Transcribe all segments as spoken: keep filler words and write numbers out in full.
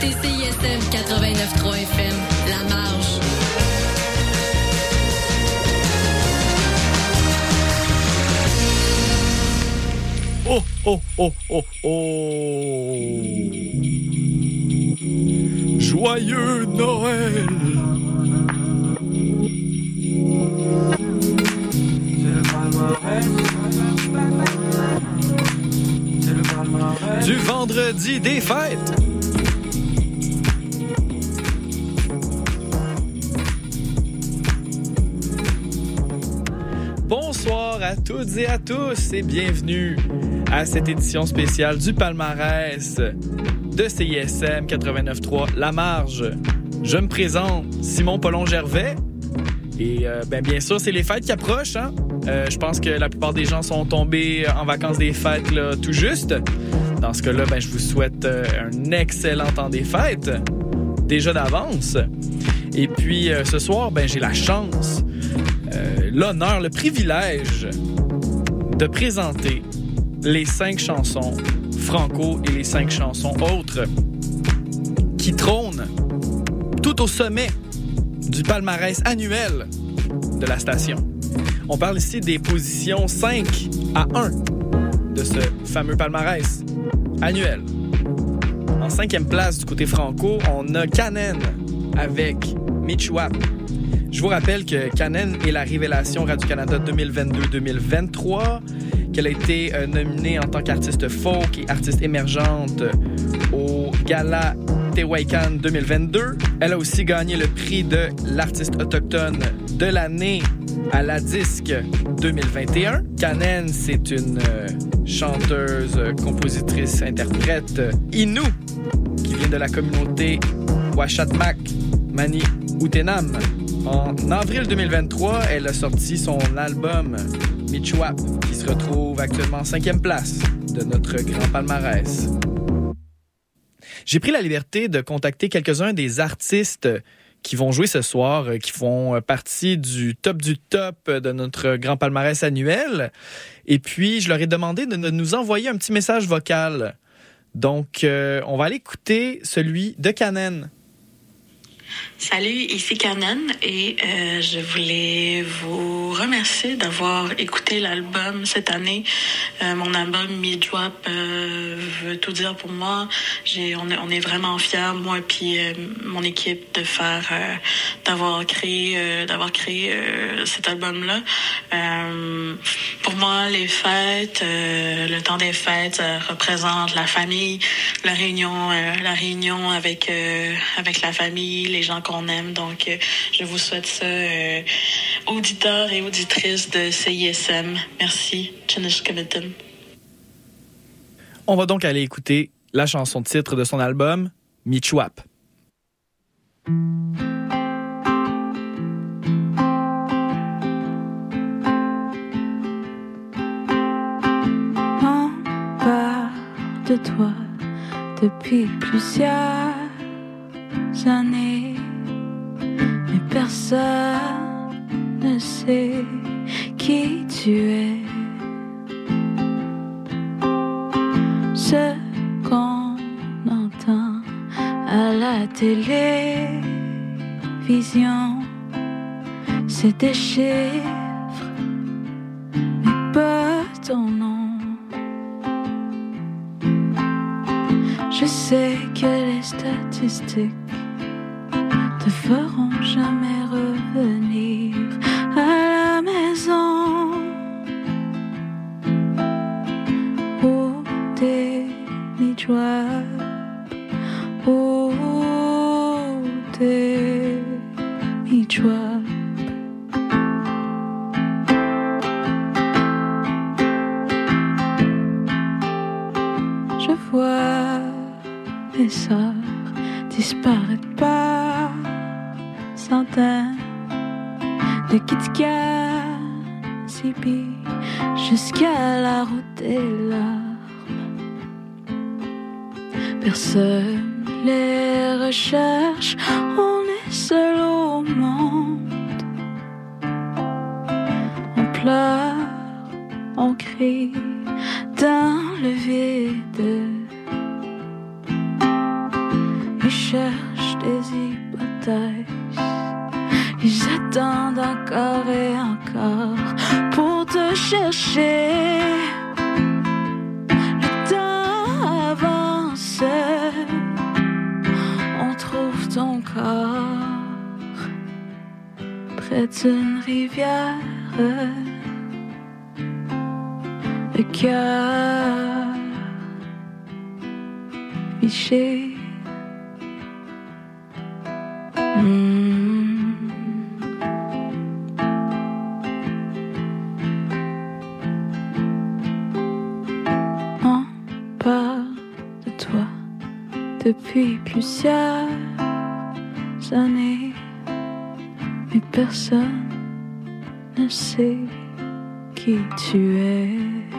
écoutez C I S M quatre-vingt-neuf trois F M, La Marge. Oh, oh, oh, oh, oh. Joyeux Noël. Du vendredi des fêtes. Bonsoir à toutes et à tous et bienvenue à cette édition spéciale du palmarès de C I S M quatre-vingt-neuf trois La Marge. Je me présente, Simon Paulon-Gervais. Et euh, ben, bien sûr, c'est les fêtes qui approchent. Hein? Euh, je pense que la plupart des gens sont tombés en vacances des fêtes là, tout juste. Dans ce cas-là, ben, je vous souhaite euh, un excellent temps des fêtes, déjà d'avance. Et puis, euh, ce soir, ben, j'ai la chance, euh, l'honneur, le privilège de présenter les cinq chansons franco et les cinq chansons autres qui trônent tout au sommet du palmarès annuel de la station. On parle ici des positions cinq à un de ce fameux palmarès annuel. En cinquième place du côté franco, on a Kanen avec Michwap. Je vous rappelle que Kanen est la révélation Radio-Canada deux mille vingt-deux deux mille vingt-trois, qu'elle a été euh, nominée en tant qu'artiste folk et artiste émergente au Gala Tehuacan deux mille vingt-deux. Elle a aussi gagné le prix de l'artiste autochtone de l'année à la Disque deux mille vingt et un. Kanen, c'est une euh, chanteuse, compositrice, interprète euh, Innu qui vient de la communauté Washatmak Mani Utenam. En avril deux mille vingt-trois, elle a sorti son album Michwap, qui se retrouve actuellement en cinquième place de notre grand palmarès. J'ai pris la liberté de contacter quelques-uns des artistes qui vont jouer ce soir, qui font partie du top du top de notre grand palmarès annuel. Et puis, je leur ai demandé de nous envoyer un petit message vocal. Donc, euh, on va aller écouter celui de Kanen. Salut, ici Kanen et euh, je voulais vous remercier d'avoir écouté l'album cette année. Euh, mon album Michwap euh, veut tout dire pour moi. J'ai, on, est, on est vraiment fiers, moi puis euh, mon équipe, de faire, euh, d'avoir créé, euh, d'avoir créé euh, cet album-là. Euh, pour moi, les fêtes, euh, le temps des fêtes, ça représente la famille, la réunion, euh, la réunion avec euh, avec la famille, les gens qu'on aime. Donc, euh, je vous souhaite ça, euh, auditeurs et auditrices de C I S M. Merci. Tchinishkamitin. On va donc aller écouter la chanson titre de son album, Michwap. On parle de toi depuis plusieurs années, mais personne ne sait qui tu es. Ce qu'on entend à la télévision, c'est des chiffres, mais pas ton nom. Je sais que les statistiques te feront jamais revenir à la maison où t'es Michwap, où t'es Michwap. Je vois mes sœurs disparaître par centaines de Kit Kat, C B, jusqu'à la route des larmes. Personne les recherche, on est seul au monde. On pleure, on crie dans le vide. Et cherchent des hypothèses. Ils attendent encore et encore pour te chercher. Le temps avance, on trouve ton corps près d'une rivière. Le cœur fiché. Mmh. On parle de toi depuis plusieurs années, mais personne ne sait qui tu es.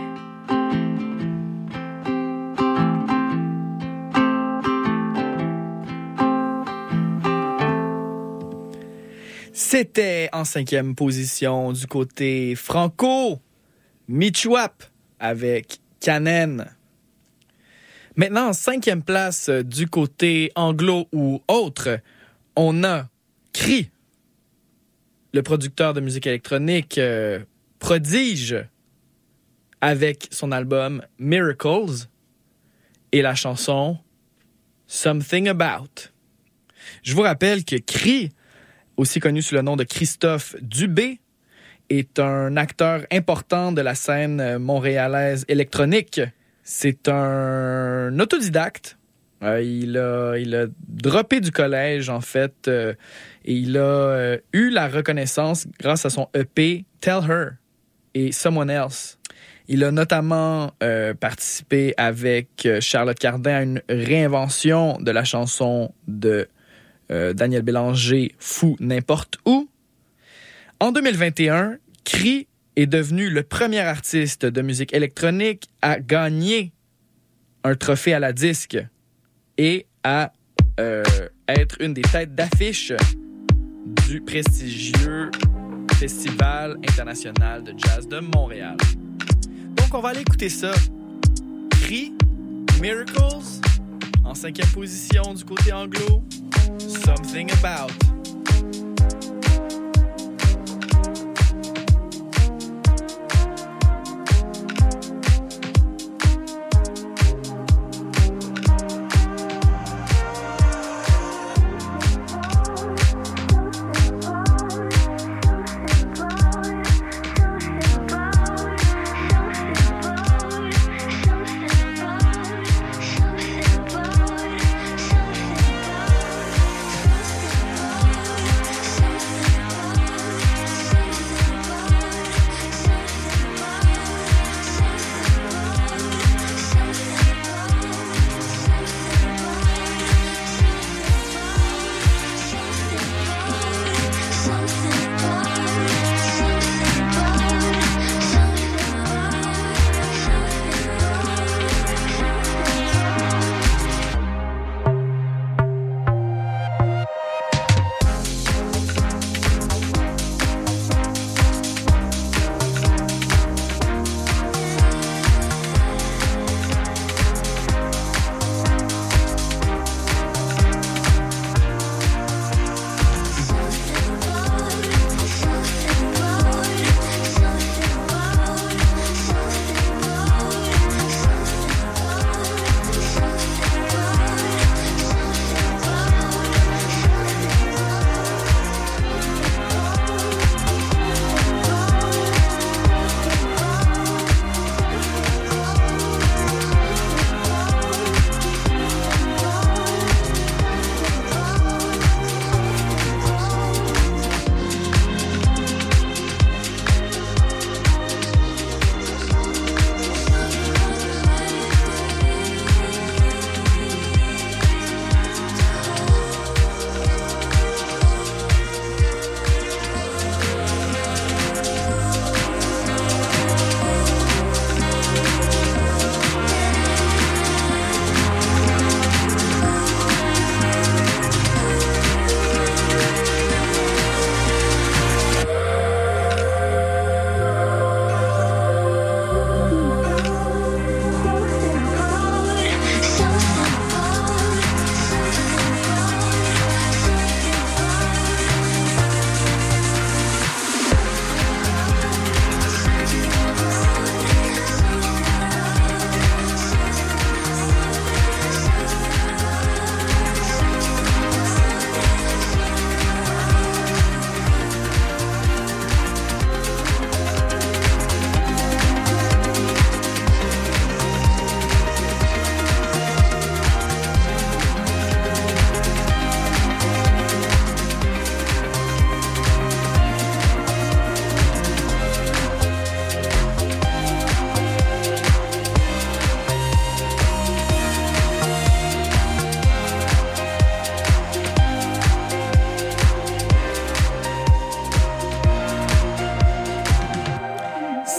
C'était en cinquième position du côté franco, Michwap avec Kanen. Maintenant, en cinquième place du côté anglo ou autre, on a Cree, le producteur de musique électronique euh, prodige, avec son album Miracles et la chanson Something About. Je vous rappelle que Cree, aussi connu sous le nom de Christophe Dubé, est un acteur important de la scène montréalaise électronique. C'est un autodidacte. Euh, il a, il a droppé du collège, en fait, euh, et il a euh, eu la reconnaissance grâce à son E P Tell Her et Someone Else. Il a notamment euh, participé avec Charlotte Cardin à une réinvention de la chanson de Euh, Daniel Bélanger, Fou n'importe où. En deux mille vingt et un, Cree est devenu le premier artiste de musique électronique à gagner un trophée à la disque et à euh, être une des têtes d'affiche du prestigieux Festival international de jazz de Montréal. Donc, on va aller écouter ça. Cree, Miracles, en cinquième position du côté anglo. Something About.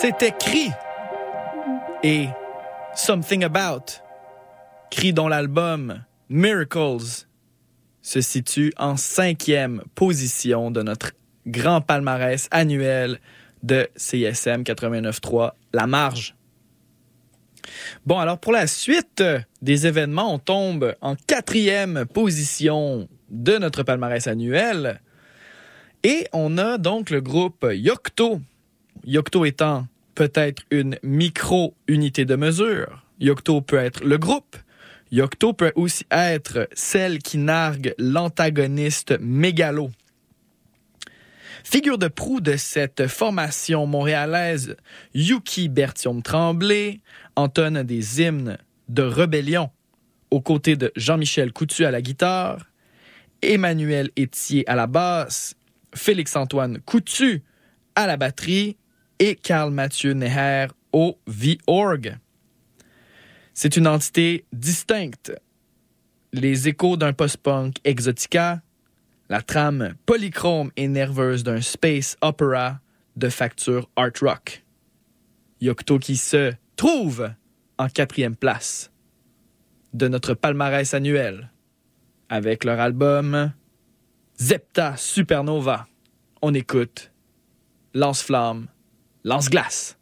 C'était Cri et Something About. Cri dont l'album Miracles se situe en cinquième position de notre grand palmarès annuel de C I S M quatre-vingt-neuf trois, La Marge. Bon, alors pour la suite des événements, on tombe en quatrième position de notre palmarès annuel et on a donc le groupe Yocto. Yocto étant peut-être une micro-unité de mesure. Yocto peut être le groupe. Yocto peut aussi être celle qui nargue l'antagoniste mégalo. Figure de proue de cette formation montréalaise, Yuki Berthiaume-Tremblay entonne des hymnes de rébellion aux côtés de Jean-Michel Coutu à la guitare, Emmanuel Étier à la basse, Félix-Antoine Coutu à la batterie et Carl-Mathieu Neher au V-Org. C'est une entité distincte. Les échos d'un post-punk exotica, la trame polychrome et nerveuse d'un space opera de facture art rock. Yocto qui se trouve en quatrième place de notre palmarès annuel avec leur album Zepta Supernova. On écoute Lance-Flamme, Lance-Glace.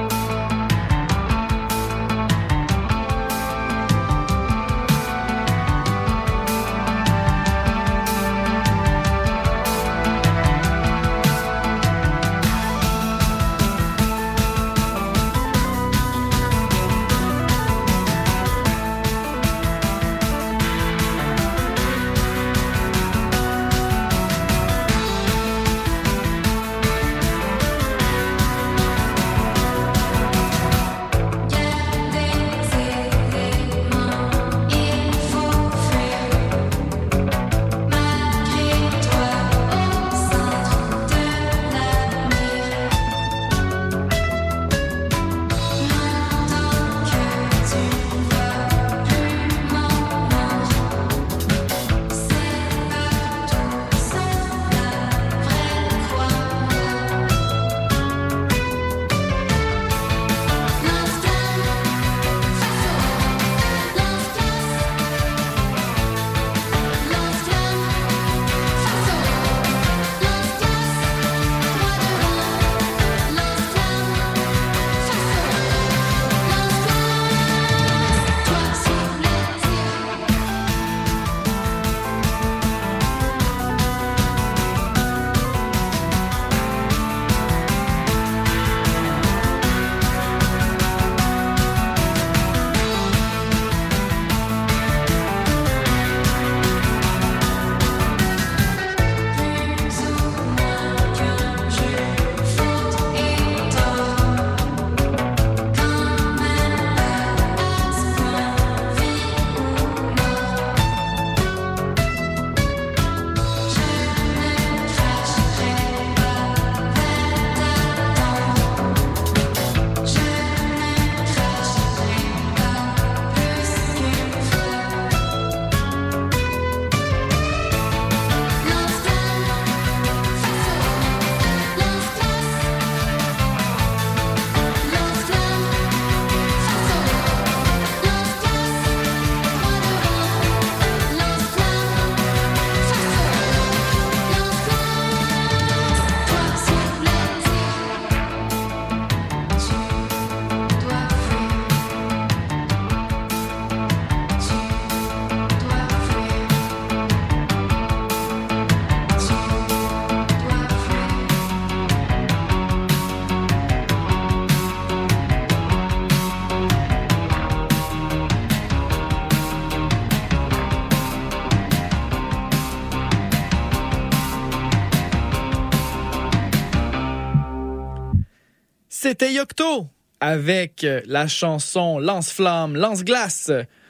C'était Yocto avec la chanson Lance-Flamme, Lance-Glace.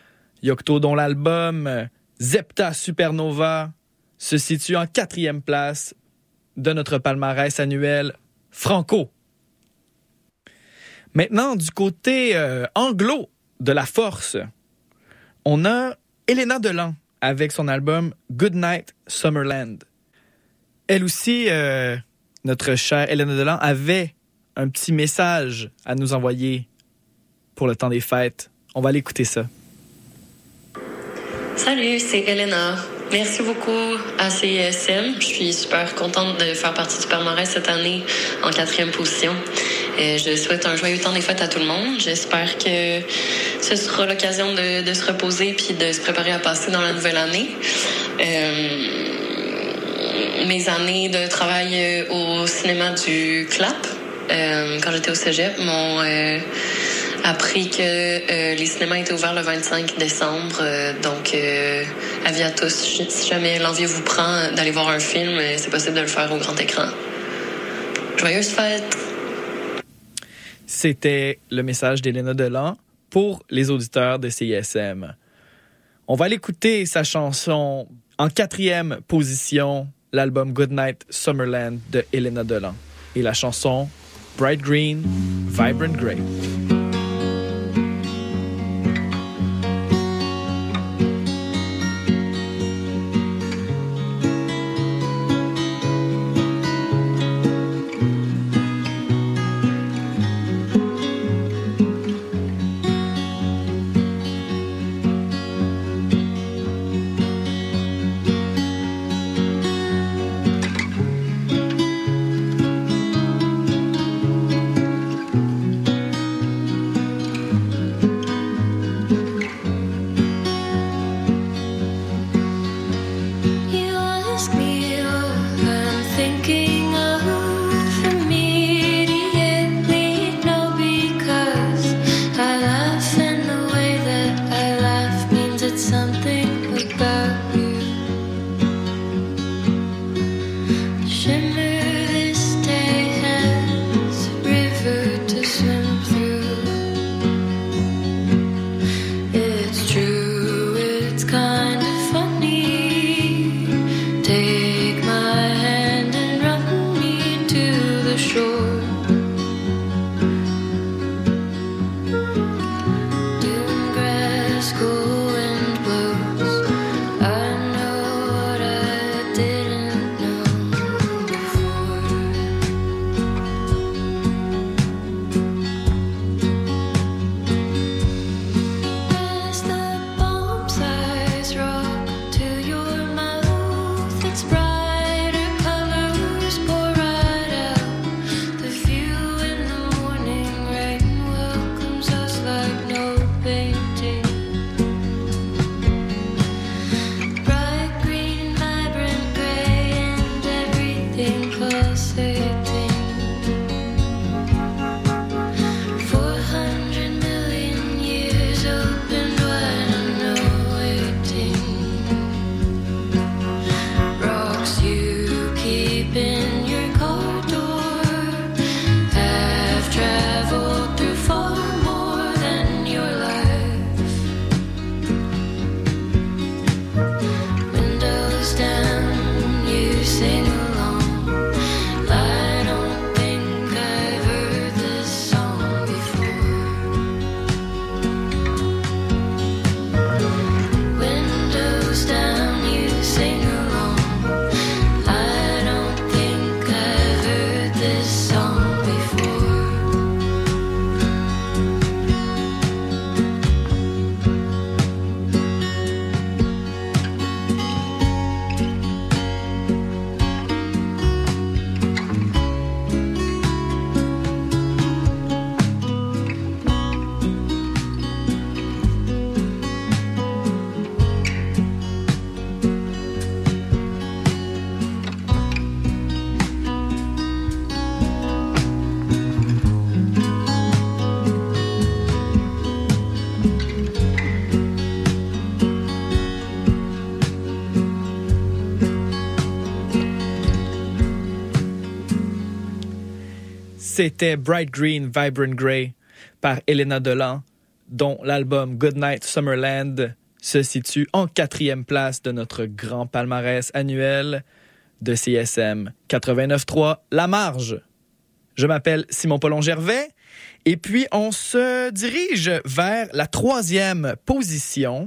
Yocto dont l'album Zepta Supernova se situe en quatrième place de notre palmarès annuel franco. Maintenant, du côté euh, anglo de la force, on a Elena Delan avec son album Goodnight Summerland. Elle aussi, euh, notre chère Elena Delan, avait un petit message à nous envoyer pour le temps des fêtes. On va aller écouter ça. Salut, c'est Elena. Merci beaucoup à C I S M. Je suis super contente de faire partie du palmarès cette année en quatrième position. Et je souhaite un joyeux temps des fêtes à tout le monde. J'espère que ce sera l'occasion de, de se reposer puis de se préparer à passer dans la nouvelle année. Euh, mes années de travail au cinéma du C L A P, euh, quand j'étais au cégep, m'ont euh, appris que euh, les cinémas étaient ouverts le vingt-cinq décembre. Euh, donc, euh, avis à tous, si jamais l'envie vous prend d'aller voir un film, c'est possible de le faire au grand écran. Joyeuses fêtes! C'était le message d'Elena Delan pour les auditeurs de C I S M. On va aller écouter sa chanson en quatrième position, l'album Goodnight Summerland de Elena Delan et la chanson Bright Green, Vibrant Grey. C'était Bright Green, Vibrant Grey par Elena Delan, dont l'album Goodnight Summerland se situe en quatrième place de notre grand palmarès annuel de C I S M quatre-vingt-neuf trois La Marge. Je m'appelle Simon Paulon-Gervais et puis on se dirige vers la troisième position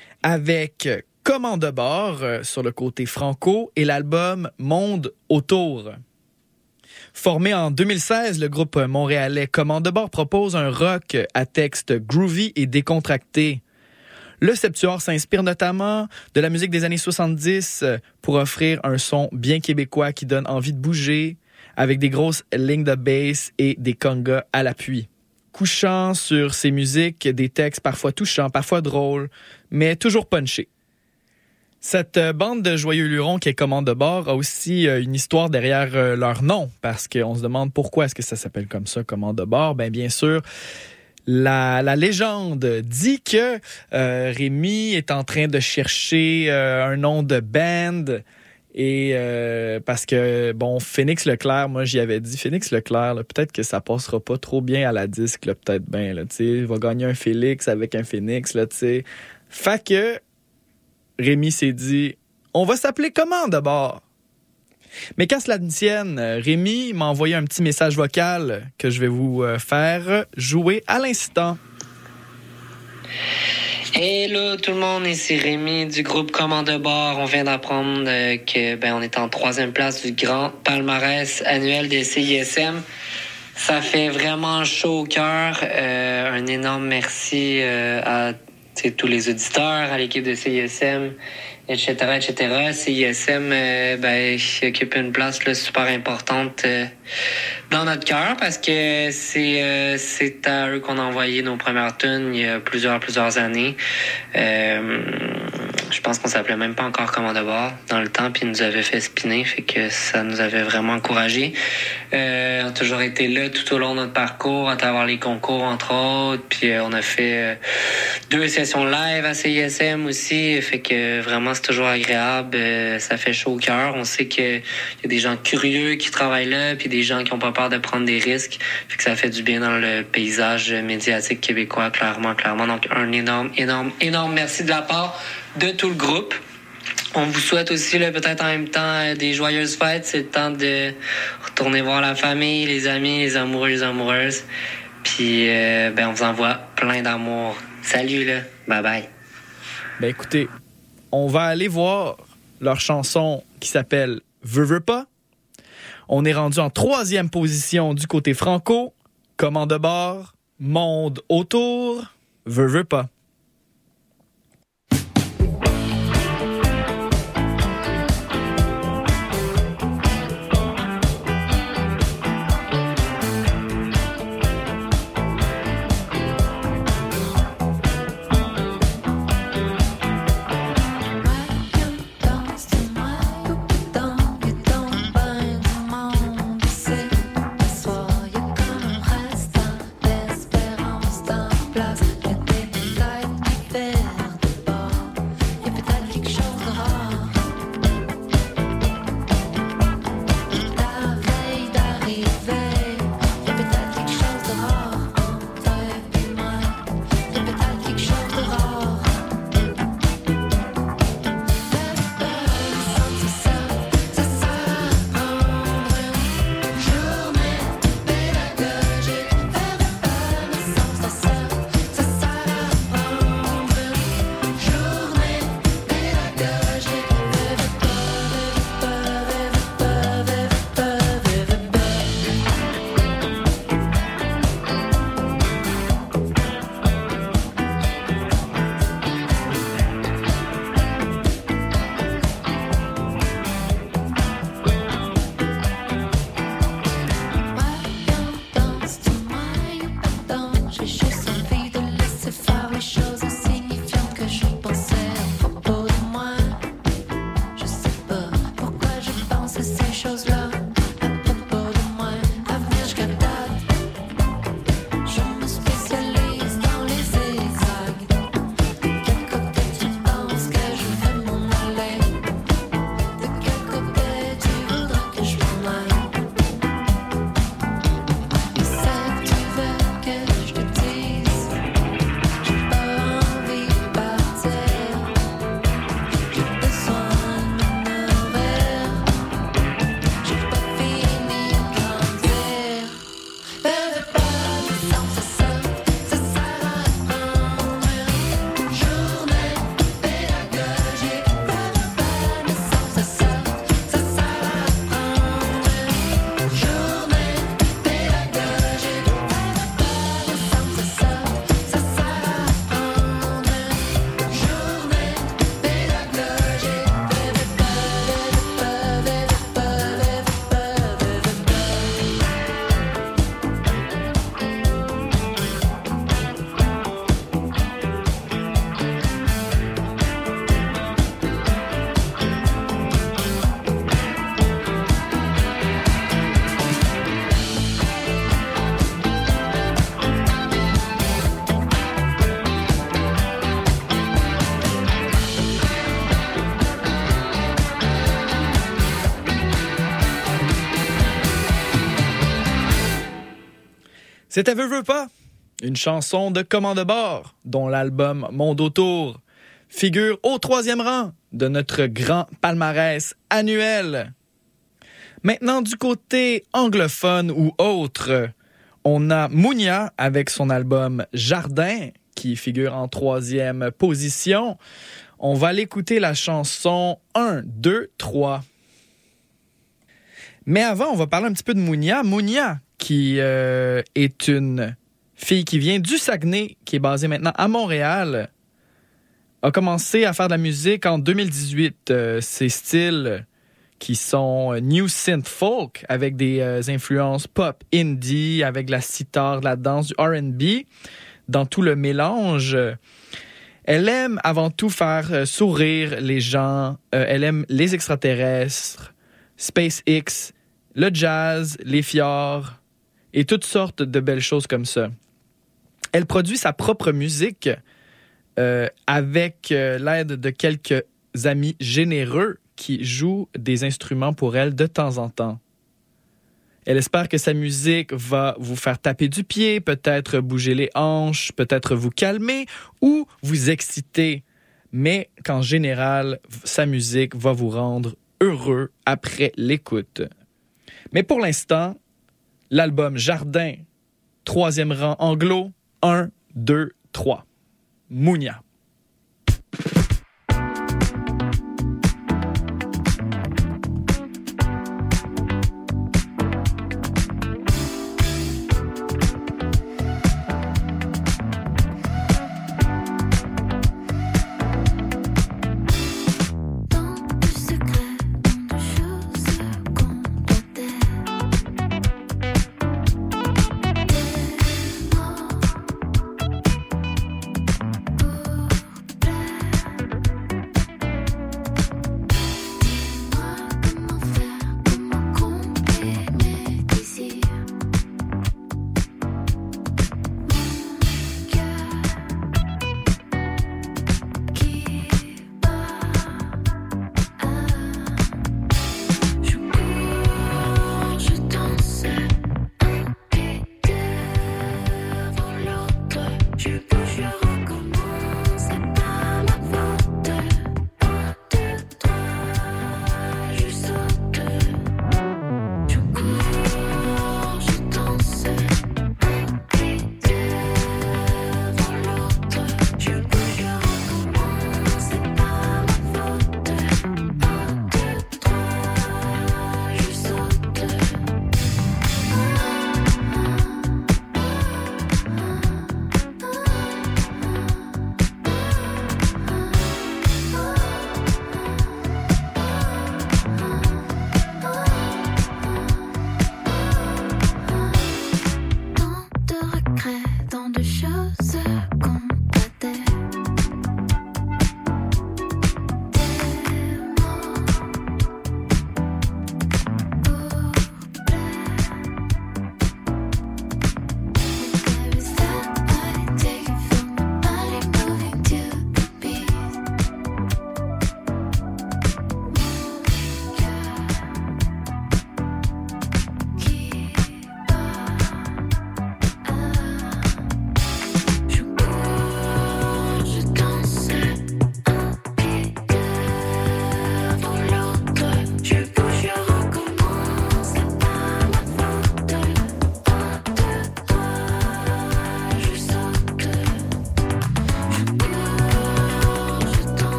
avec Commande de bord sur le côté franco et l'album Monde autour. Formé en deux mille seize, le groupe montréalais Commande de bord propose un rock à texte groovy et décontracté. Le Septuor s'inspire notamment de la musique des années soixante-dix pour offrir un son bien québécois qui donne envie de bouger, avec des grosses lignes de bass et des congas à l'appui. Couchant sur ces musiques, des textes parfois touchants, parfois drôles, mais toujours punchés. Cette bande de joyeux lurons qui est Commande de bord a aussi une histoire derrière leur nom, parce qu'on se demande pourquoi est-ce que ça s'appelle comme ça, Commande de bord. Ben bien sûr, la, la légende dit que euh, Rémi est en train de chercher euh, un nom de band. Et euh, parce que, bon, Phénix Leclerc, moi, j'y avais dit, Phénix Leclerc, là, peut-être que ça passera pas trop bien à la disque, là, peut-être bien, là, tu sais. Il va gagner un Félix avec un Phénix, là, tu sais. Fait que Rémi s'est dit, on va s'appeler comment de bord? Mais qu'à cela ne tienne, Rémi m'a envoyé un petit message vocal que je vais vous faire jouer à l'instant. Hello tout le monde, ici Rémi du groupe Commande de bord. On vient d'apprendre euh, que ben on est en troisième place du grand palmarès annuel des C I S M. Ça fait vraiment chaud au cœur. Euh, un énorme merci euh, à tous les auditeurs, à l'équipe de C I S M, et cetera, et cetera. C I S M euh, ben, occupe une place là, super importante euh, dans notre cœur parce que c'est euh, c'est à eux qu'on a envoyé nos premières tunes il y a plusieurs plusieurs années. Euh, je pense qu'on s'appelait même pas encore Commande de bord dans le temps, puis ils nous avaient fait spinner, fait que ça nous avait vraiment encouragés. Euh, on a toujours été là tout au long de notre parcours, à travers les concours entre autres, puis euh, on a fait euh, deux sessions live à C I S M aussi, fait que vraiment c'est toujours agréable, euh, ça fait chaud au cœur. On sait qu'il y a des gens curieux qui travaillent là, puis des gens qui ont pas peur de prendre des risques, fait que ça fait du bien dans le paysage médiatique québécois, clairement, clairement. Donc un énorme, énorme, énorme merci de la part de tout le groupe. On vous souhaite aussi là, peut-être en même temps des joyeuses fêtes. C'est le temps de retourner voir la famille, les amis, les amoureux, les amoureuses. Puis euh, ben on vous envoie plein d'amour. Salut là, bye bye. Ben écoutez, on va aller voir leur chanson qui s'appelle Veux veux pas. On est rendu en troisième position du côté franco. Commande de bord, Monde autour, Veux veux pas. Espérance d'un place, que t'es C'était Veux, veux pas, une chanson de Commande bord, dont l'album Monde autour figure au troisième rang de notre grand palmarès annuel. Maintenant, du côté anglophone ou autre, on a Mounia avec son album Jardin, qui figure en troisième position. On va l'écouter la chanson un, deux, trois. Mais avant, on va parler un petit peu de Mounia. Mounia, qui euh, est une fille qui vient du Saguenay, qui est basée maintenant à Montréal, a commencé à faire de la musique en deux mille dix-huit. Euh, ses styles qui sont New Synth Folk, avec des euh, influences pop, indie, avec de la sitar, de la danse, du R and B, dans tout le mélange. Elle aime avant tout faire euh, sourire les gens. Euh, elle aime les extraterrestres, SpaceX, le jazz, les fjords et toutes sortes de belles choses comme ça. Elle produit sa propre musique euh, avec euh, l'aide de quelques amis généreux qui jouent des instruments pour elle de temps en temps. Elle espère que sa musique va vous faire taper du pied, peut-être bouger les hanches, peut-être vous calmer ou vous exciter, mais qu'en général, sa musique va vous rendre heureux après l'écoute. Mais pour l'instant, l'album Jardin, troisième rang anglo, un, deux, trois. Mounia. Oh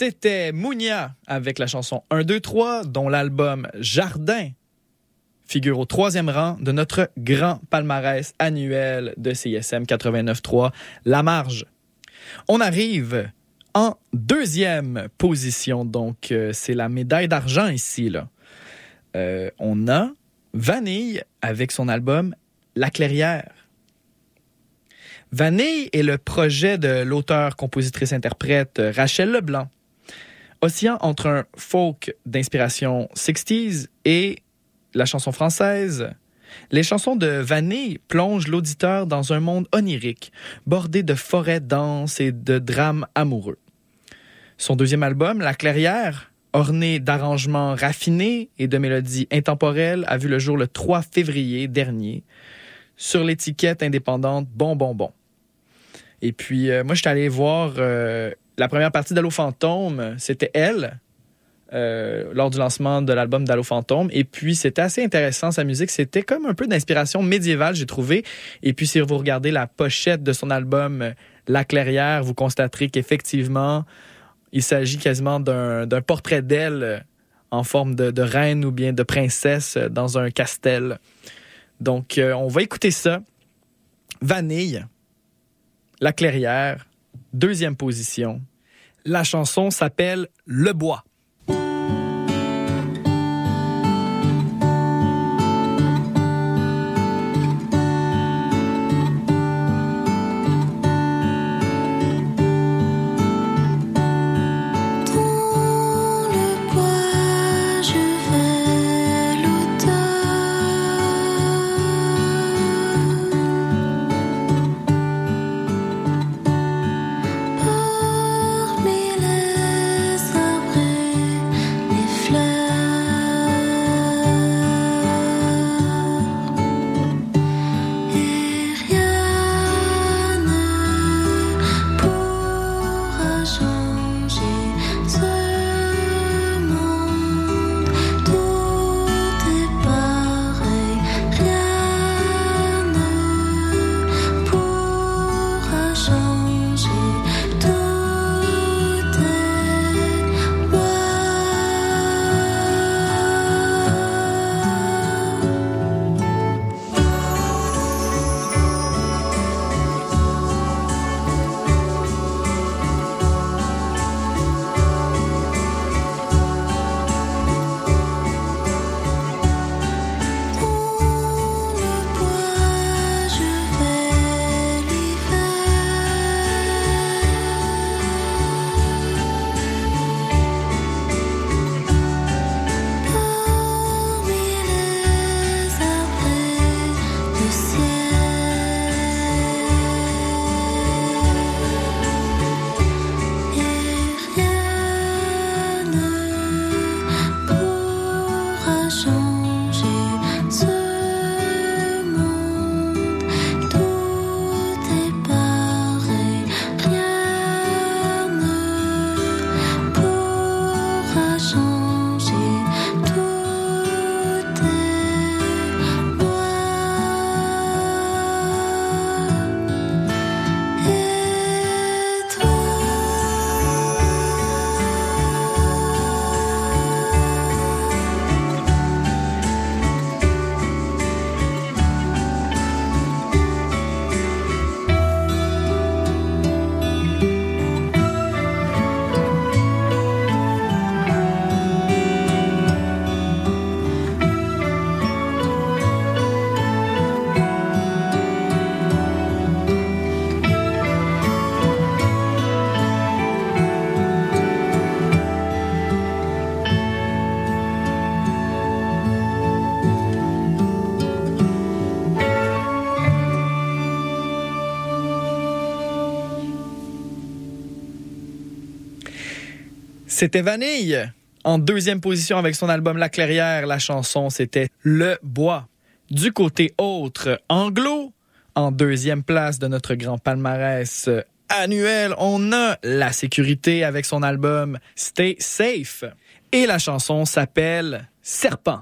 C'était Mounia avec la chanson un deux trois, dont l'album Jardin figure au troisième rang de notre grand palmarès annuel de C I S M quatre-vingt-neuf trois, La Marge. On arrive en deuxième position, donc euh, c'est la médaille d'argent ici, là. Euh, on a Vanille avec son album La Clairière. Vanille est le projet de l'auteur-compositrice-interprète Rachel Leblanc, oscillant entre un folk d'inspiration sixties et la chanson française. Les chansons de Vanille plongent l'auditeur dans un monde onirique, bordé de forêts denses et de drames amoureux. Son deuxième album, La Clairière, orné d'arrangements raffinés et de mélodies intemporelles, a vu le jour le trois février dernier sur l'étiquette indépendante Bon Bon Bon. Et puis, euh, moi, je suis allé voir euh, la première partie d'Allo Fantôme. C'était elle, euh, lors du lancement de l'album d'Allo Fantôme. Et puis, c'était assez intéressant, sa musique. C'était comme un peu d'inspiration médiévale, j'ai trouvé. Et puis, si vous regardez la pochette de son album La Clairière, vous constaterez qu'effectivement, il s'agit quasiment d'un, d'un portrait d'elle en forme de, de reine ou bien de princesse dans un castel. Donc, euh, on va écouter ça. Vanille, La Clairière, deuxième position. La chanson s'appelle Le Bois. C'était Vanille. En deuxième position avec son album La Clairière, la chanson, c'était Le Bois. Du côté autre, anglo, en deuxième place de notre grand palmarès annuel, on a La Sécurité avec son album Stay Safe. Et la chanson s'appelle Serpent.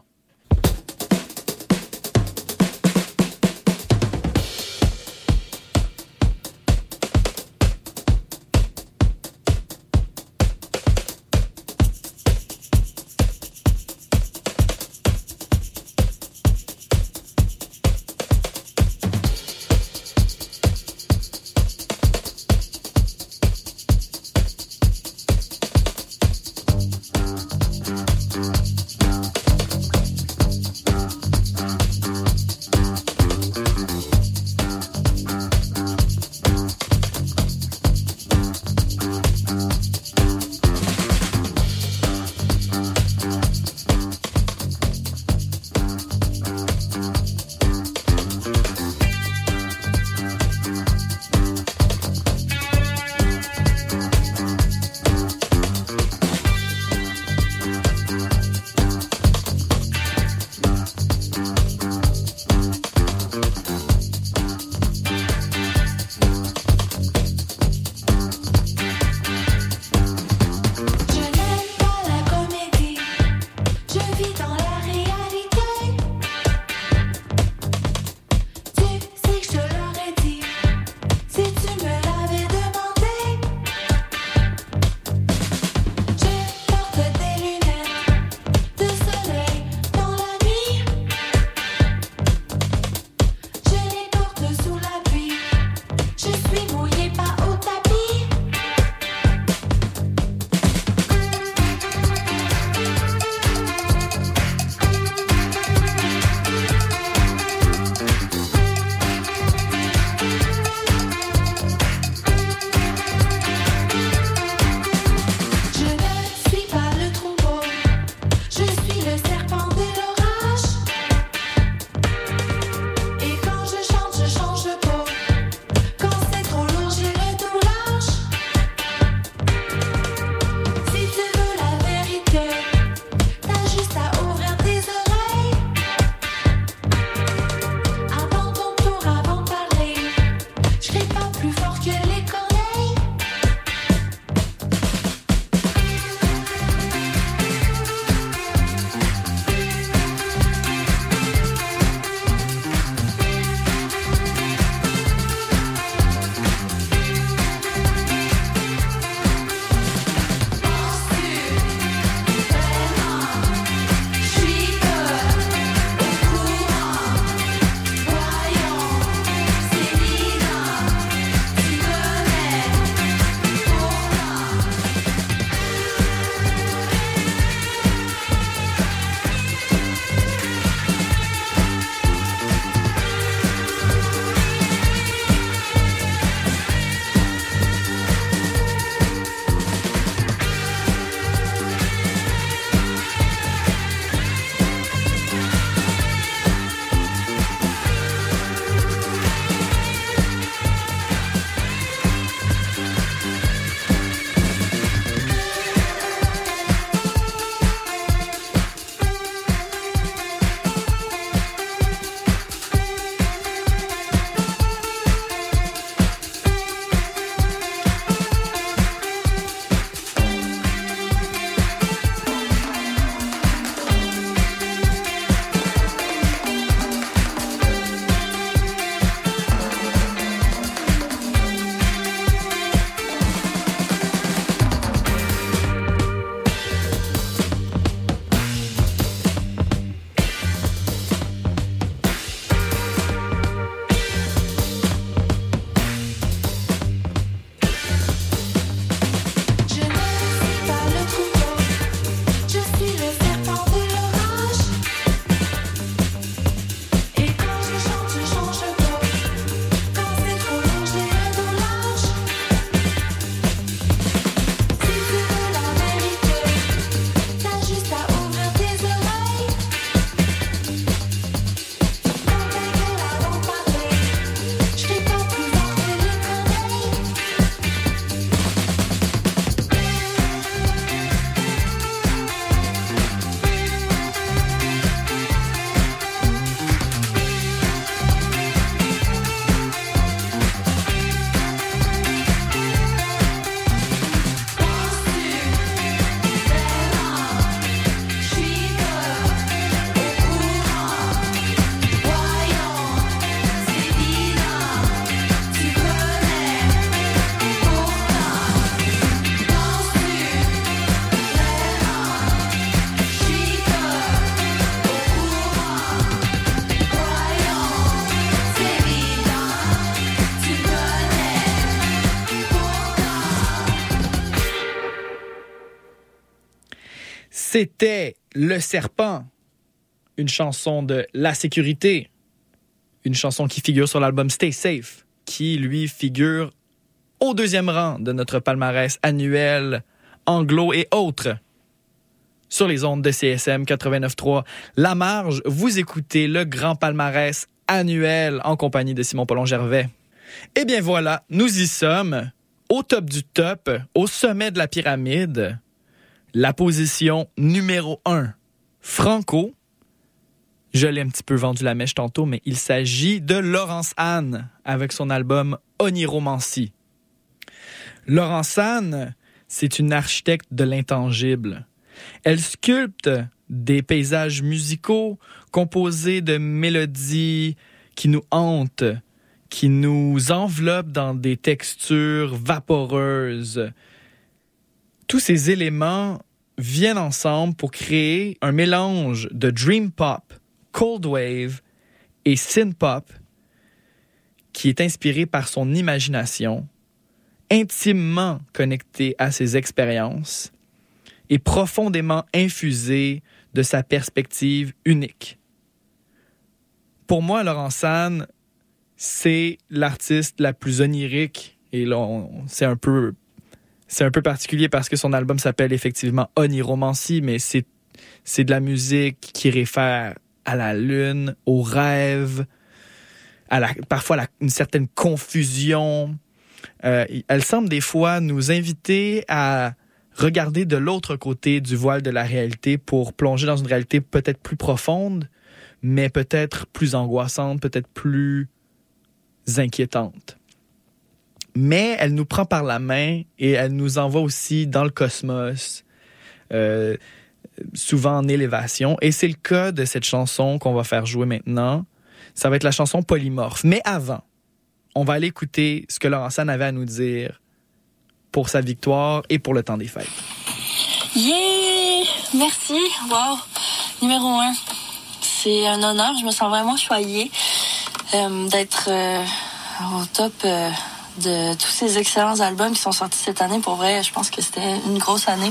C'était Le Serpent, une chanson de La Sécurité, une chanson qui figure sur l'album Stay Safe, qui, lui, figure au deuxième rang de notre palmarès annuel anglo et autres. Sur les ondes de C S M quatre-vingt-neuf trois La Marge, vous écoutez le grand palmarès annuel en compagnie de Simon Paulon-Gervais. Eh bien voilà, nous y sommes, au top du top, au sommet de la pyramide, la position numéro un, Franco. Je l'ai un petit peu vendu la mèche tantôt, mais il s'agit de Laurence Anne avec son album Oniromancie. Laurence Anne, c'est une architecte de l'intangible. Elle sculpte des paysages musicaux composés de mélodies qui nous hantent, qui nous enveloppent dans des textures vaporeuses. Tous ces éléments viennent ensemble pour créer un mélange de dream pop, cold wave et synth pop qui est inspiré par son imagination, intimement connecté à ses expériences et profondément infusé de sa perspective unique. Pour moi, Laurence Anne, c'est l'artiste la plus onirique, et là, on, c'est un peu, c'est un peu particulier parce que son album s'appelle effectivement Oniromancie, mais c'est, c'est de la musique qui réfère à la lune, au rêve, à la, parfois à la, une certaine confusion. Euh, elle semble des fois nous inviter à regarder de l'autre côté du voile de la réalité pour plonger dans une réalité peut-être plus profonde, mais peut-être plus angoissante, peut-être plus inquiétante. Mais elle nous prend par la main et elle nous envoie aussi dans le cosmos, euh, souvent en élévation. Et c'est le cas de cette chanson qu'on va faire jouer maintenant. Ça va être la chanson Polymorphe. Mais avant, on va aller écouter ce que Laurence Anne avait à nous dire pour sa victoire et pour le temps des fêtes. Yeah! Merci! Wow! Numéro un. C'est un honneur. Je me sens vraiment choyée euh, d'être euh, au top euh, de tous ces excellents albums qui sont sortis cette année. Pour vrai, je pense que c'était une grosse année.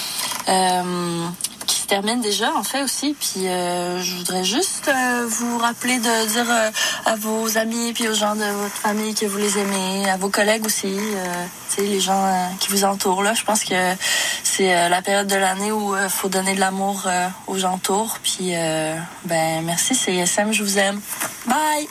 Euh, qui se termine déjà, en fait, aussi. Puis euh, je voudrais juste euh, vous rappeler de dire euh, à vos amis puis aux gens de votre famille que vous les aimez, à vos collègues aussi, euh, tu sais, les gens euh, qui vous entourent, là. Je pense que c'est euh, la période de l'année où il euh, faut donner de l'amour euh, aux gens autour. Puis, euh, ben, merci, C S M, je vous aime. Bye!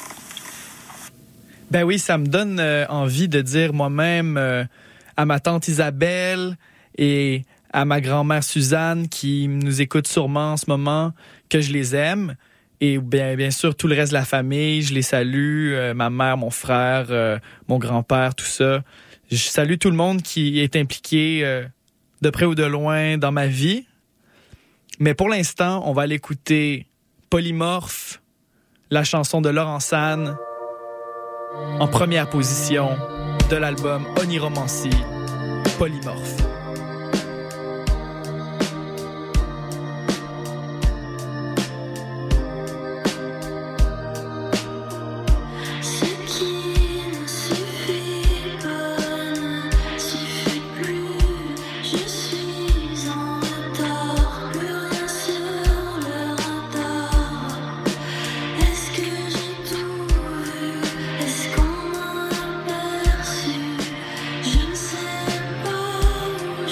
Ben oui, ça me donne euh, envie de dire moi-même euh, à ma tante Isabelle et à ma grand-mère Suzanne qui nous écoute sûrement en ce moment, que je les aime. Et bien, bien sûr, tout le reste de la famille, je les salue, euh, ma mère, mon frère, euh, mon grand-père, tout ça. Je salue tout le monde qui est impliqué euh, de près ou de loin dans ma vie. Mais pour l'instant, on va aller écouter Polymorphe, la chanson de Laurence Anne, en première position de l'album Oniromancie, Polymorphe. Je ne sais pas où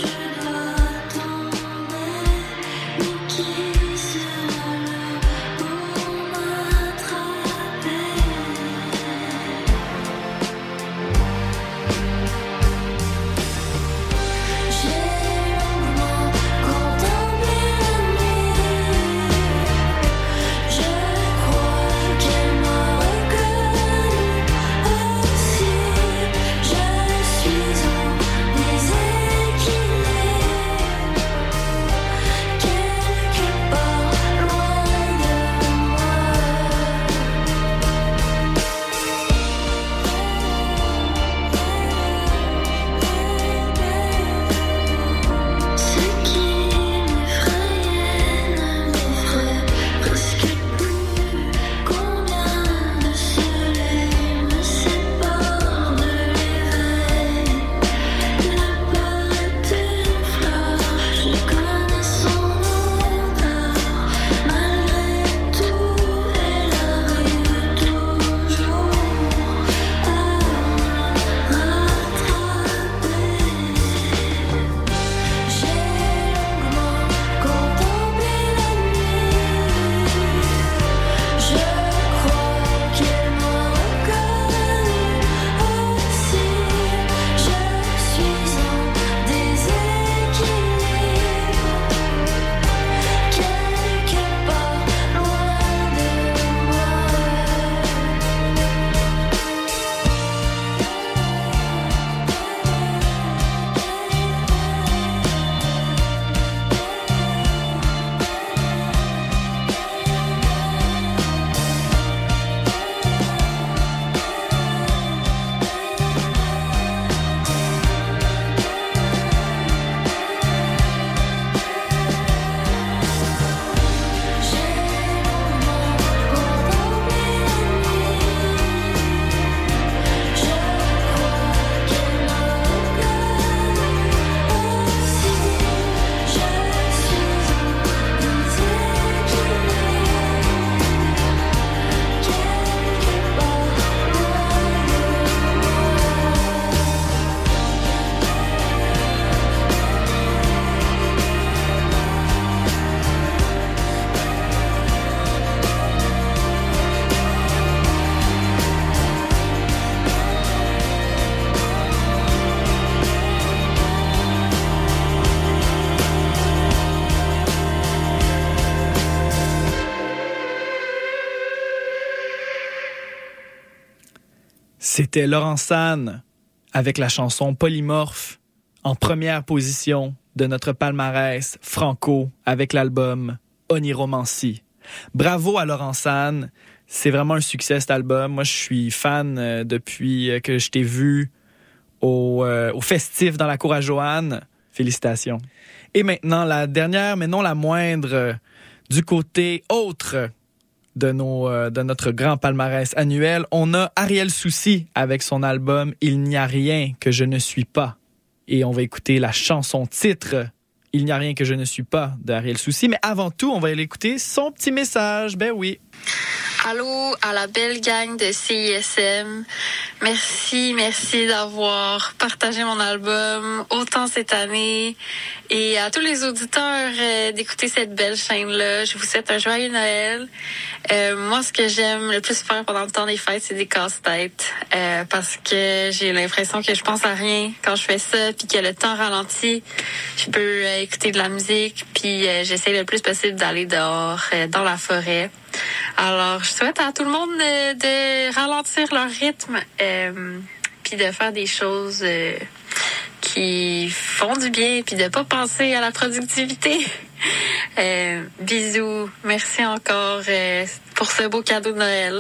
C'était Laurent Sanne avec la chanson Polymorphe en première position de notre palmarès franco avec l'album Oniromancie. Bravo à Laurent Sanne, c'est vraiment un succès cet album. Moi, je suis fan euh, depuis que je t'ai vu au, euh, au festif dans la cour à Joanne. Félicitations. Et maintenant, la dernière, mais non la moindre, euh, du côté autre de, nos, euh, de notre grand palmarès annuel, on a Ariel Soucy avec son album « Il n'y a rien que je ne suis pas ». Et on va écouter la chanson titre « Il n'y a rien que je ne suis pas » d'Ariel Soucy. Mais avant tout, on va aller écouter son petit message. Ben oui. Allô à la belle gang de C I S M. Merci, merci d'avoir partagé mon album autant cette année. Et à tous les auditeurs euh, d'écouter cette belle chaîne-là, je vous souhaite un joyeux Noël. Euh, moi, ce que j'aime le plus faire pendant le temps des fêtes, c'est des casse-têtes. Euh, parce que j'ai l'impression que je pense à rien quand je fais ça, puis que le temps ralentit. Je peux euh, écouter de la musique, puis euh, j'essaie le plus possible d'aller dehors, euh, dans la forêt. Alors, je souhaite à tout le monde de, de ralentir leur rythme, euh, puis de faire des choses euh, qui font du bien, puis de pas penser à la productivité. Euh, bisous. Merci encore euh, pour ce beau cadeau de Noël.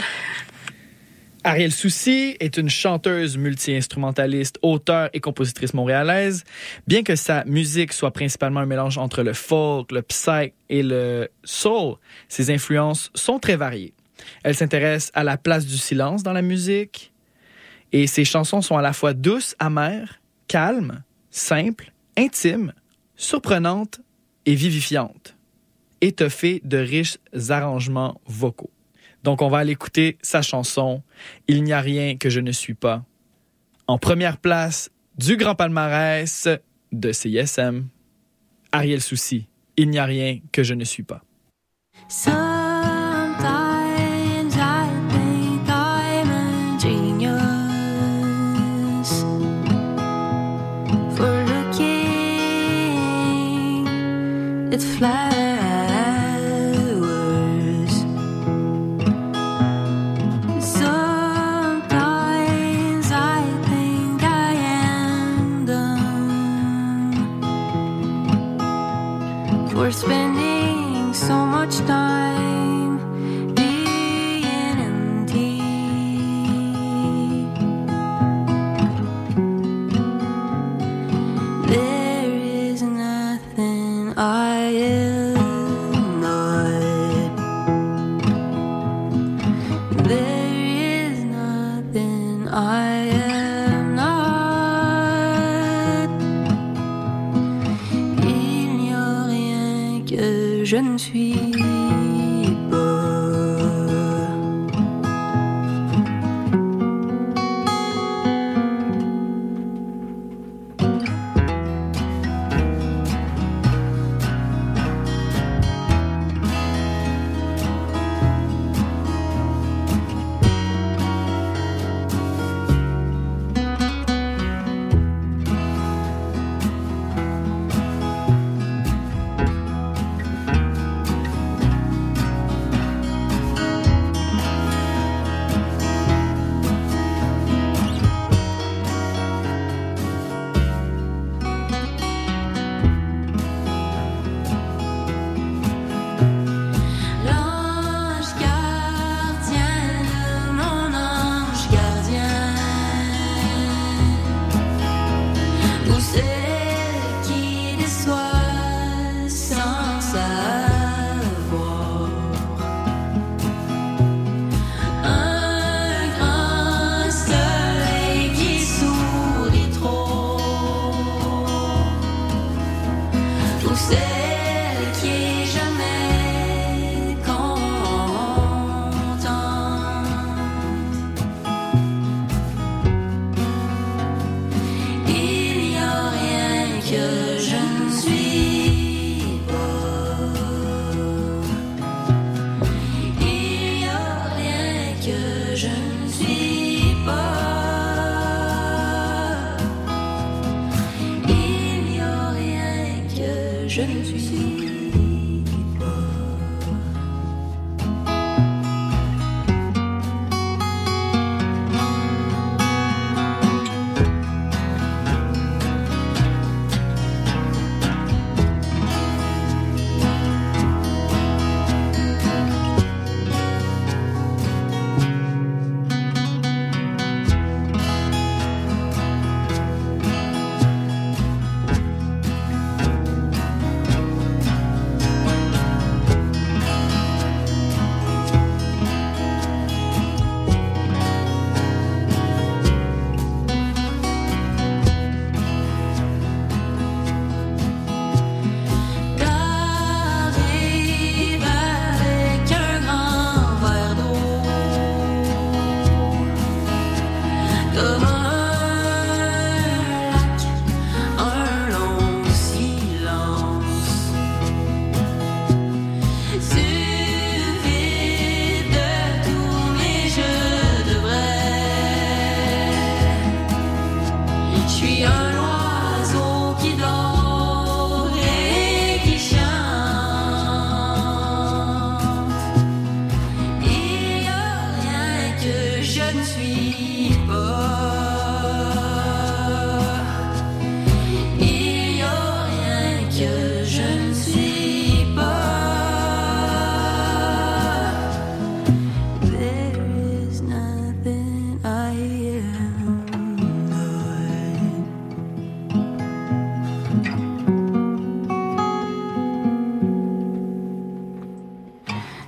Ariel Soucy est une chanteuse multi-instrumentaliste, auteure et compositrice montréalaise. Bien que sa musique soit principalement un mélange entre le folk, le psych et le soul, ses influences sont très variées. Elle s'intéresse à la place du silence dans la musique et ses chansons sont à la fois douces, amères, calmes, simples, intimes, surprenantes et vivifiantes, étoffées de riches arrangements vocaux. Donc, on va aller écouter sa chanson « Il n'y a rien que je ne suis pas » en première place du grand palmarès de C I S M. Ariel Soucy, « Il n'y a rien que je ne suis pas ». Sometimes I think I'm a genius for looking at flowers. Sometimes I think I am dumb for spending so much time being empty. There is nothing I am not. There is nothing I am not. Il n'y a rien que je ne suis pas.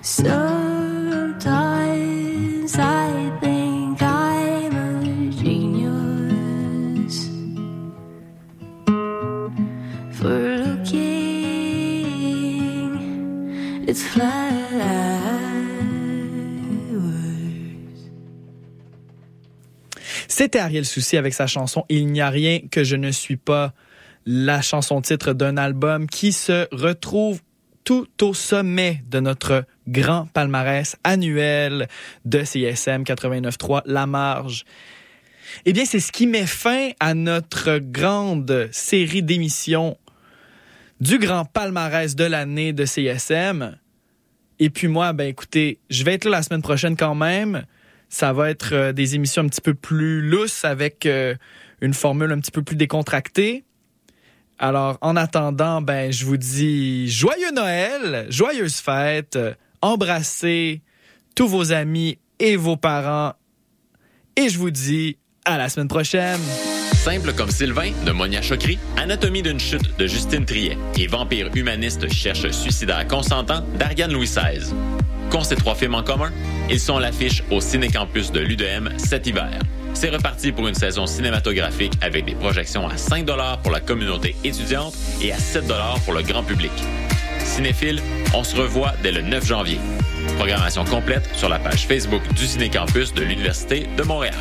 Sometimes I think I'm a genius for looking, it's flowers. C'était Ariel Soucy avec sa chanson « Il n'y a rien que je ne suis pas », la chanson-titre d'un album qui se retrouve tout au sommet de notre grand palmarès annuel de C I S M quatre-vingt-neuf trois, La Marge. Eh bien, c'est ce qui met fin à notre grande série d'émissions du grand palmarès de l'année de C I S M. Et puis moi, ben écoutez, je vais être là la semaine prochaine quand même. Ça va être euh, des émissions un petit peu plus lousses avec euh, une formule un petit peu plus décontractée. Alors, en attendant, ben, je vous dis joyeux Noël, joyeuses fêtes, euh, embrassez tous vos amis et vos parents. Et je vous dis à la semaine prochaine. Simple comme Sylvain de Monia Chokri, Anatomie d'une chute de Justine Triet et Vampire humaniste cherche suicidaire consentant d'Ariane Louis seize. Qu'ont ces trois films en commun? Ils sont à l'affiche au Ciné-Campus de l'U D M cet hiver. C'est reparti pour une saison cinématographique avec des projections à cinq dollars pour la communauté étudiante et à sept dollars pour le grand public. Cinéphile, on se revoit dès le neuf janvier. Programmation complète sur la page Facebook du Ciné-Campus de l'Université de Montréal.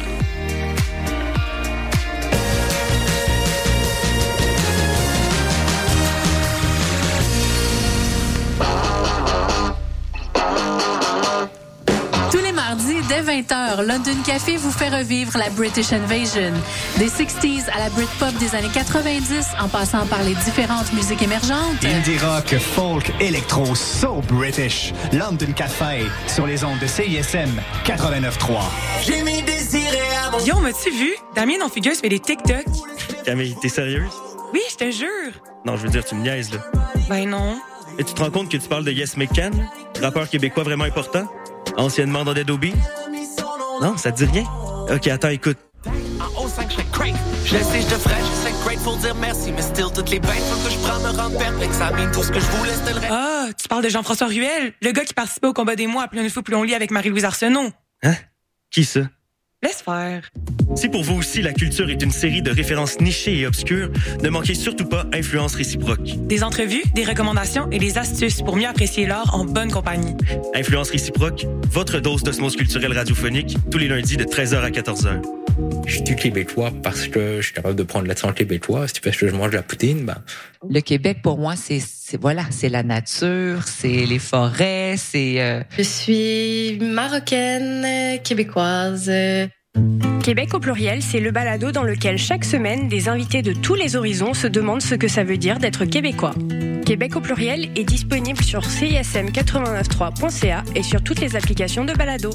Dès vingt heures, London Café vous fait revivre la British Invasion. Des sixties à la Britpop des années quatre-vingt-dix, en passant par les différentes musiques émergentes. Indie rock, folk, électro, so British. London Café, sur les ondes de C I S M quatre-vingt-neuf trois. J'ai mis désiré à mon... Yo, m'as-tu vu? Damien, non figure, fait des TikTok. Camille, t'es sérieuse? Oui, je te jure. Non, je veux dire, tu me niaises, là. Ben non. Et tu te rends compte que tu parles de Yes McCann, rappeur québécois vraiment important? Anciennement dans Dead Obi? Non, ça te dit rien? Ok, attends, écoute. En haut cinq, je craque. Je sais, je te ferais, je sais grateful dire merci, mais still, toutes les bêtes que je prends me rendent perplexe. Ça mine tout ce que je voulais, c'était le reste. Ah, tu parles de Jean-François Ruel, le gars qui participait au combat des mois à Plus on est fou, plus on lit avec Marie-Louise Arsenault. Hein? Qui ça? Laisse faire. Si pour vous aussi la culture est une série de références nichées et obscures, ne manquez surtout pas Influence réciproque. Des entrevues, des recommandations et des astuces pour mieux apprécier l'art en bonne compagnie. Influence réciproque, votre dose d'osmose culturelle radiophonique, tous les lundis de treize heures à quatorze heures. Je suis québécois parce que je suis capable de prendre l'accent québécois. Si tu fais que je mange de la poutine, ben... Le Québec, pour moi, c'est, c'est voilà, c'est la nature, c'est les forêts, c'est... Euh... Je suis marocaine, québécoise. Québec au pluriel, c'est le balado dans lequel chaque semaine, des invités de tous les horizons se demandent ce que ça veut dire d'être québécois. Québec au pluriel est disponible sur C I S M quatre-vingt-neuf trois point C A et sur toutes les applications de balado.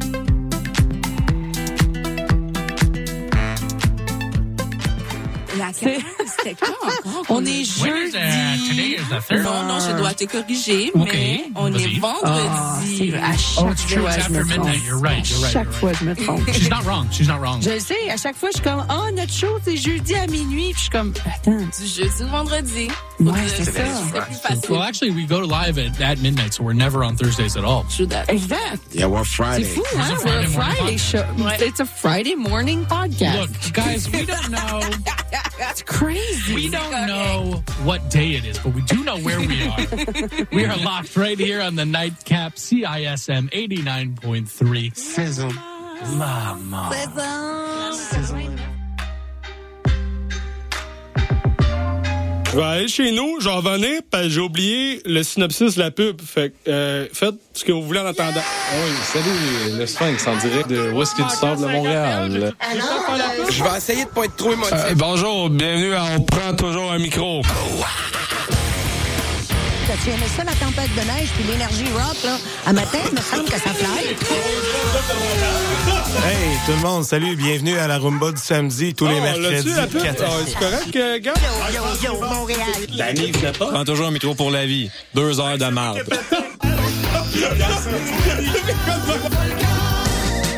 La carte, c'était quoi encore? On est jeudi. Non, non, je dois te corriger, okay. Mais on Vas-y. est vendredi. Oh, à chaque oh, fois, je me trompe. You're right, you're right. À chaque fois, je me trompe. She's not wrong. She's not wrong. Je le sais. À chaque fois, je suis comme, oh, notre show, c'est jeudi à minuit. Puis je suis comme, attends. Du jeudi au vendredi. Ouais, c'est ça. C'est plus facile. Well, actually, we go live at, at midnight, so we're never on Thursdays at all. Exact. Yeah, we're Friday. C'est fou, hein? We're a Friday show. Ouais. It's a Friday morning podcast. Look, guys, we don't know. It's crazy. We don't know what day it is, but we do know where we are. We are locked right here on the Nightcap C I S M eighty-nine point three. Sizzle. Mama. Sizzle. Je vais aller chez nous, je vais revenir, parce que j'ai oublié le synopsis de la pub. Fait que, euh, faites ce que vous voulez en attendant. Ah oui, salut, le Sphinx en direct de Whisky du Sable de Montréal. Je vais essayer de pas être trop émotif. Euh, bonjour, bienvenue à On prend toujours un micro. Tu aimais ça, la tempête de neige puis l'énergie rock, là? À matin, il me semble que ça fly. Hey, tout le monde, salut, bienvenue à la Rumba du samedi, tous oh, les mercredis. Oh, c'est correct, euh, gars? Yo, yo, yo, Montréal. Danny, venez pas. Prends toujours un micro pour la vie. Deux heures de marde.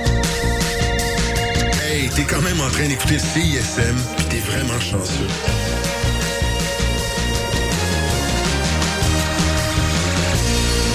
Hey, t'es quand même en train d'écouter C I S M, pis t'es vraiment chanceux.